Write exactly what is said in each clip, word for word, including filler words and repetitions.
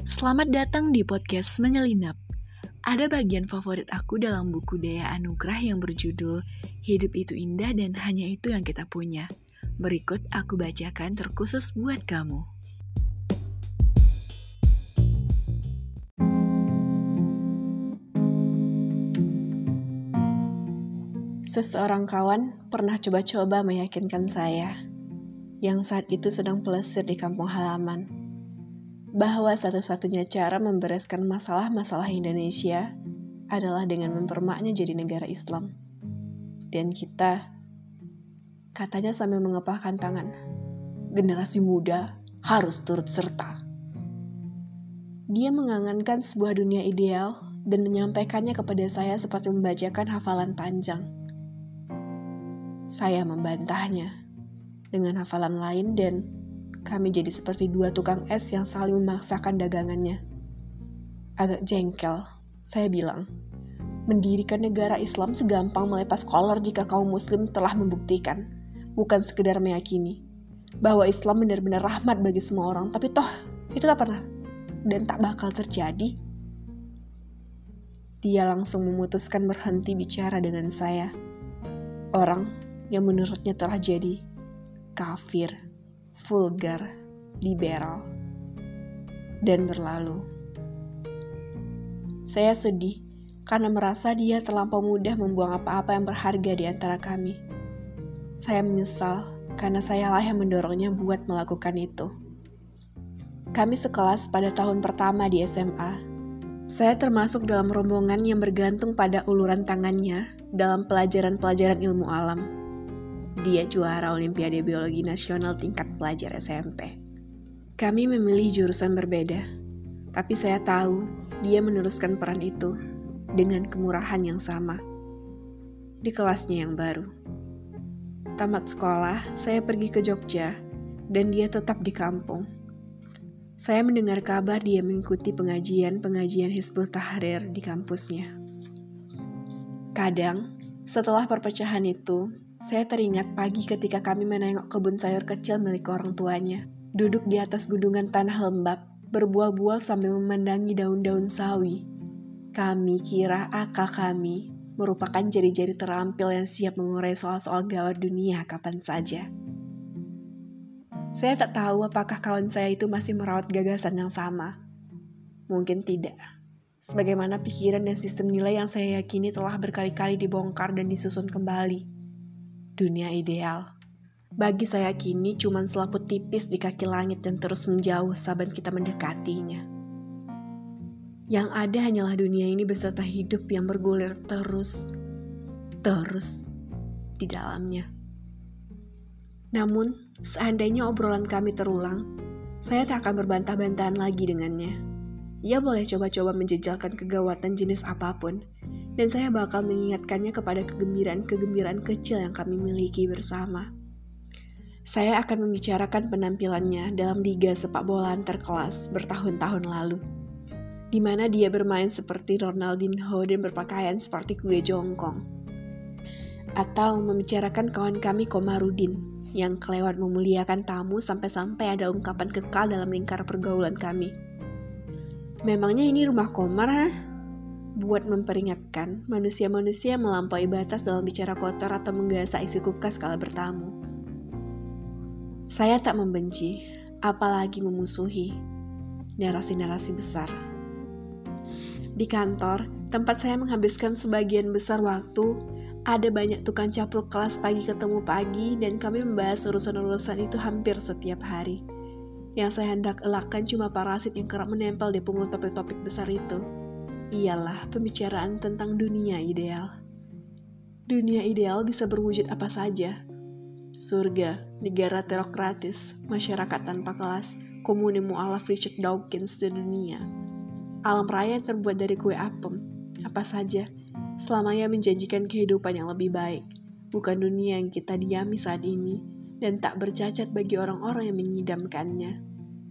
Selamat datang di podcast Menyelinap. Ada bagian favorit aku dalam buku Dea Anugrah yang berjudul Hidup Itu Indah dan Hanya Itu Yang Kita Punya. Berikut aku bacakan terkhusus buat kamu. Seseorang kawan pernah coba-coba meyakinkan saya, yang saat itu sedang pelesir di kampung halaman, bahwa satu-satunya cara membereskan masalah-masalah Indonesia adalah dengan mempermaknya jadi negara Islam. Dan kita, katanya sambil mengepalkan tangan, generasi muda harus turut serta. Dia mengangankan sebuah dunia ideal dan menyampaikannya kepada saya seperti membacakan hafalan panjang. Saya membantahnya dengan hafalan lain dan kami jadi seperti dua tukang es yang saling memaksakan dagangannya. Agak jengkel, saya bilang, mendirikan negara Islam segampang melepas kolor jika kaum muslim telah membuktikan, bukan sekedar meyakini, bahwa Islam benar-benar rahmat bagi semua orang, tapi toh itu tak pernah dan tak bakal terjadi. Dia langsung memutuskan berhenti bicara dengan saya. Orang yang menurutnya telah jadi kafir, vulgar, liberal, dan berlalu. Saya sedih karena merasa dia terlampau mudah membuang apa-apa yang berharga di antara kami. Saya menyesal karena sayalah yang mendorongnya buat melakukan itu. Kami sekelas pada tahun pertama di S M A. Saya termasuk dalam rombongan yang bergantung pada uluran tangannya dalam pelajaran-pelajaran ilmu alam. Dia juara Olimpiade Biologi Nasional tingkat pelajar S M P. Kami memilih jurusan berbeda, tapi saya tahu dia meneruskan peran itu dengan kemurahan yang sama di kelasnya yang baru. Tamat sekolah, saya pergi ke Jogja dan dia tetap di kampung. Saya mendengar kabar dia mengikuti pengajian-pengajian Hizbut Tahrir di kampusnya. Kadang, setelah perpecahan itu, saya teringat pagi ketika kami menengok kebun sayur kecil milik orang tuanya. Duduk di atas gunungan tanah lembab, berbual-bual sambil memandangi daun-daun sawi. Kami kira akal kami merupakan jari-jari terampil yang siap mengurai soal-soal gawat dunia kapan saja. Saya tak tahu apakah kawan saya itu masih merawat gagasan yang sama. Mungkin tidak. Sebagaimana pikiran dan sistem nilai yang saya yakini telah berkali-kali dibongkar dan disusun kembali. Dunia ideal, bagi saya kini cuma selaput tipis di kaki langit dan terus menjauh saban kita mendekatinya. Yang ada hanyalah dunia ini beserta hidup yang bergulir terus, terus di dalamnya. Namun, seandainya obrolan kami terulang, saya tak akan berbantah-bantahan lagi dengannya. Ia boleh coba-coba menjejalkan kegawatan jenis apapun, dan saya bakal mengingatkannya kepada kegembiraan-kegembiraan kecil yang kami miliki bersama. Saya akan membicarakan penampilannya dalam liga sepak bola antar kelas bertahun-tahun lalu, di mana dia bermain seperti Ronaldinho dan berpakaian seperti kue jongkong. Atau membicarakan kawan kami Komarudin, yang kelewat memuliakan tamu sampai-sampai ada ungkapan kekal dalam lingkar pergaulan kami. Memangnya ini rumah Komar, ha? Buat memperingatkan manusia-manusia yang melampaui batas dalam bicara kotor atau menggasak isi kulkas kala bertamu. Saya tak membenci, apalagi memusuhi narasi-narasi besar. Di kantor, tempat saya menghabiskan sebagian besar waktu, ada banyak tukang capruk kelas pagi ketemu pagi dan kami membahas urusan-urusan itu hampir setiap hari. Yang saya hendak elakkan cuma parasit yang kerap menempel di punggung topik-topik besar itu. Ialah pembicaraan tentang dunia ideal. Dunia ideal bisa berwujud apa saja. Surga, negara teokratis, masyarakat tanpa kelas, komune mu'alaf Richard Dawkins di dunia. Alam raya yang terbuat dari kue apem, apa saja, selama ia menjanjikan kehidupan yang lebih baik, bukan dunia yang kita diami saat ini, dan tak bercacat bagi orang-orang yang mengidamkannya.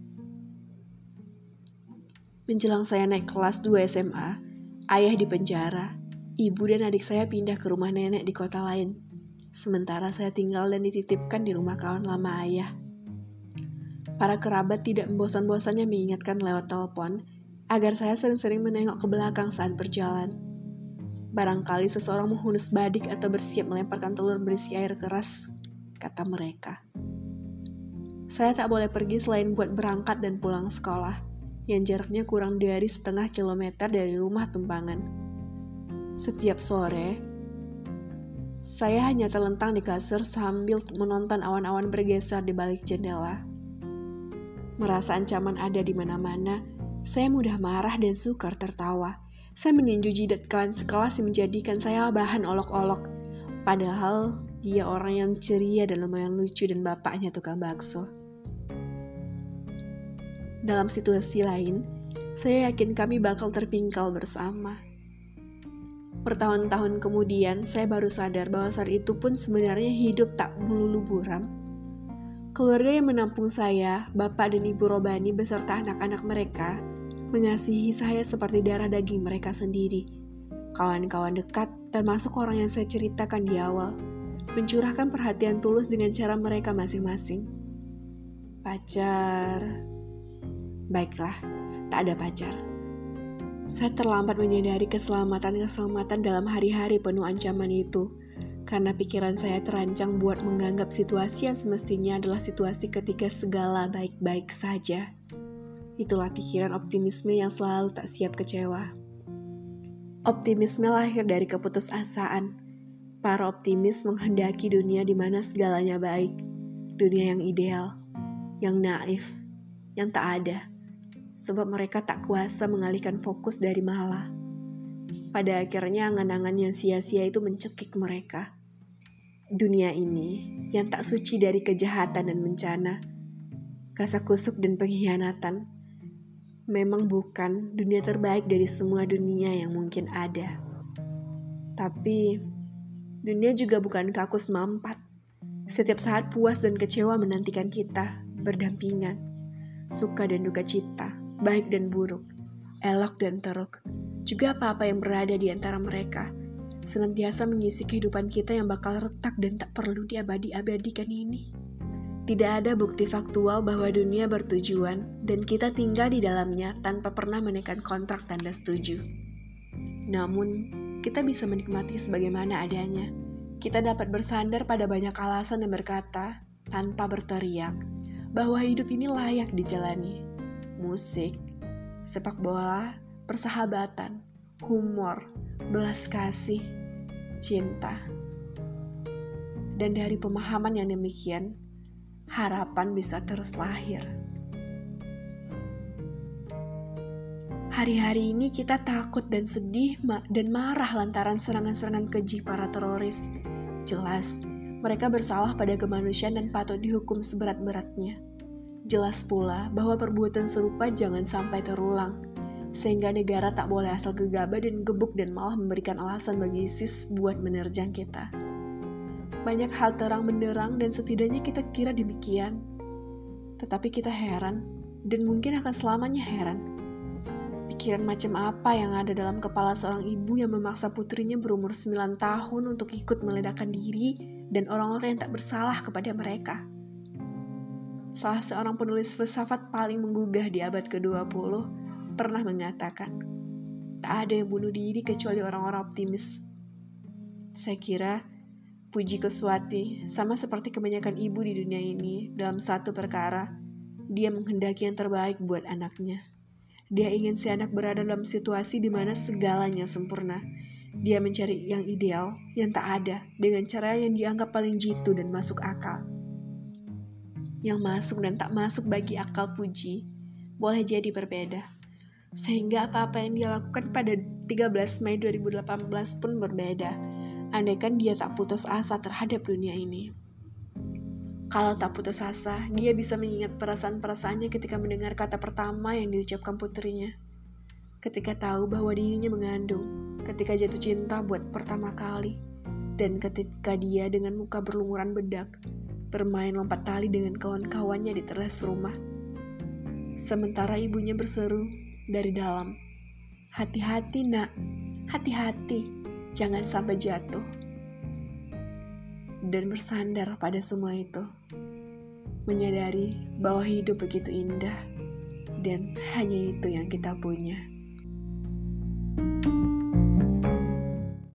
Menjelang saya naik kelas dua S M A, ayah di penjara, ibu dan adik saya pindah ke rumah nenek di kota lain. Sementara saya tinggal dan dititipkan di rumah kawan lama ayah. Para kerabat tidak membosan-bosannya mengingatkan lewat telepon agar saya sering-sering menengok ke belakang saat berjalan. Barangkali seseorang menghunus badik atau bersiap melemparkan telur berisi air keras, kata mereka. Saya tak boleh pergi selain buat berangkat dan pulang sekolah, yang jaraknya kurang dari setengah kilometer dari rumah tumpangan. Setiap sore, saya hanya terlentang di kasur sambil menonton awan-awan bergeser di balik jendela. Merasa ancaman ada di mana-mana, saya mudah marah dan sukar tertawa. Saya meninju jidat kawan sekelas yang menjadikan saya bahan olok-olok. Padahal dia orang yang ceria dan lumayan lucu dan bapaknya tukang bakso. Dalam situasi lain, saya yakin kami bakal terpingkal bersama. Bertahun-tahun kemudian, saya baru sadar bahwa saat itu pun sebenarnya hidup tak melulu buram. Keluarga yang menampung saya, Bapak dan Ibu Robani beserta anak-anak mereka, mengasihi saya seperti darah daging mereka sendiri. Kawan-kawan dekat, termasuk orang yang saya ceritakan di awal, mencurahkan perhatian tulus dengan cara mereka masing-masing. Pacar... Baiklah, tak ada pacar. Saya terlambat menyadari keselamatan-keselamatan dalam hari-hari penuh ancaman itu, karena pikiran saya terancang buat menganggap situasi yang semestinya adalah situasi ketika segala baik-baik saja. Itulah pikiran optimisme yang selalu tak siap kecewa. Optimisme lahir dari keputusasaan. Para optimis menghendaki dunia di mana segalanya baik, dunia yang ideal, yang naif, yang tak ada. Sebab mereka tak kuasa mengalihkan fokus dari malah. Pada akhirnya angan-angan yang sia-sia itu mencekik mereka. Dunia ini yang tak suci dari kejahatan dan bencana, kasak-kusuk dan pengkhianatan, memang bukan dunia terbaik dari semua dunia yang mungkin ada. Tapi dunia juga bukan kakus mampat. Setiap saat puas dan kecewa menantikan kita berdampingan, suka dan duka cita, baik dan buruk, elok dan teruk, juga apa-apa yang berada di antara mereka, senantiasa mengisi kehidupan kita yang bakal retak dan tak perlu diabadi-abadikan ini. Tidak ada bukti faktual bahwa dunia bertujuan dan kita tinggal di dalamnya tanpa pernah menekan kontrak tanda setuju. Namun, kita bisa menikmati sebagaimana adanya. Kita dapat bersandar pada banyak alasan dan berkata, tanpa berteriak, bahwa hidup ini layak dijalani. Musik, sepak bola, persahabatan, humor, belas kasih, cinta. Dan dari pemahaman yang demikian, harapan bisa terus lahir. Hari-hari ini kita takut dan sedih dan marah lantaran serangan-serangan keji para teroris. Jelas, mereka bersalah pada kemanusiaan dan patut dihukum seberat-beratnya. Jelas pula bahwa perbuatan serupa jangan sampai terulang, sehingga negara tak boleh asal gegabah dan gebuk dan malah memberikan alasan bagi ISIS buat menerjang kita. Banyak hal terang benderang dan setidaknya kita kira demikian. Tetapi kita heran, dan mungkin akan selamanya heran. Pikiran macam apa yang ada dalam kepala seorang ibu yang memaksa putrinya berumur sembilan tahun untuk ikut meledakkan diri dan orang-orang yang tak bersalah kepada mereka. Salah seorang penulis filsafat paling menggugah di abad kedua puluh pernah mengatakan, tak ada yang bunuh diri kecuali orang-orang optimis. Saya kira, Puji Kuswati sama seperti kebanyakan ibu di dunia ini dalam satu perkara, dia menghendaki yang terbaik buat anaknya. Dia ingin si anak berada dalam situasi di mana segalanya sempurna. Dia mencari yang ideal, yang tak ada, dengan cara yang dianggap paling jitu dan masuk akal. Yang masuk dan tak masuk bagi akal Puji boleh jadi berbeda. Sehingga apa-apa yang dia lakukan pada tiga belas Mei dua ribu delapan belas pun berbeda, andaikan dia tak putus asa terhadap dunia ini. Kalau tak putus asa, dia bisa mengingat perasaan-perasaannya ketika mendengar kata pertama yang diucapkan putrinya. Ketika tahu bahwa dirinya mengandung, ketika jatuh cinta buat pertama kali, dan ketika dia dengan muka berlumuran bedak, bermain lompat tali dengan kawan-kawannya di teras rumah. Sementara ibunya berseru dari dalam, "Hati-hati nak, hati-hati, jangan sampai jatuh." Dan bersandar pada semua itu. menyadari bahwa hidup begitu indah dan hanya itu yang kita punya.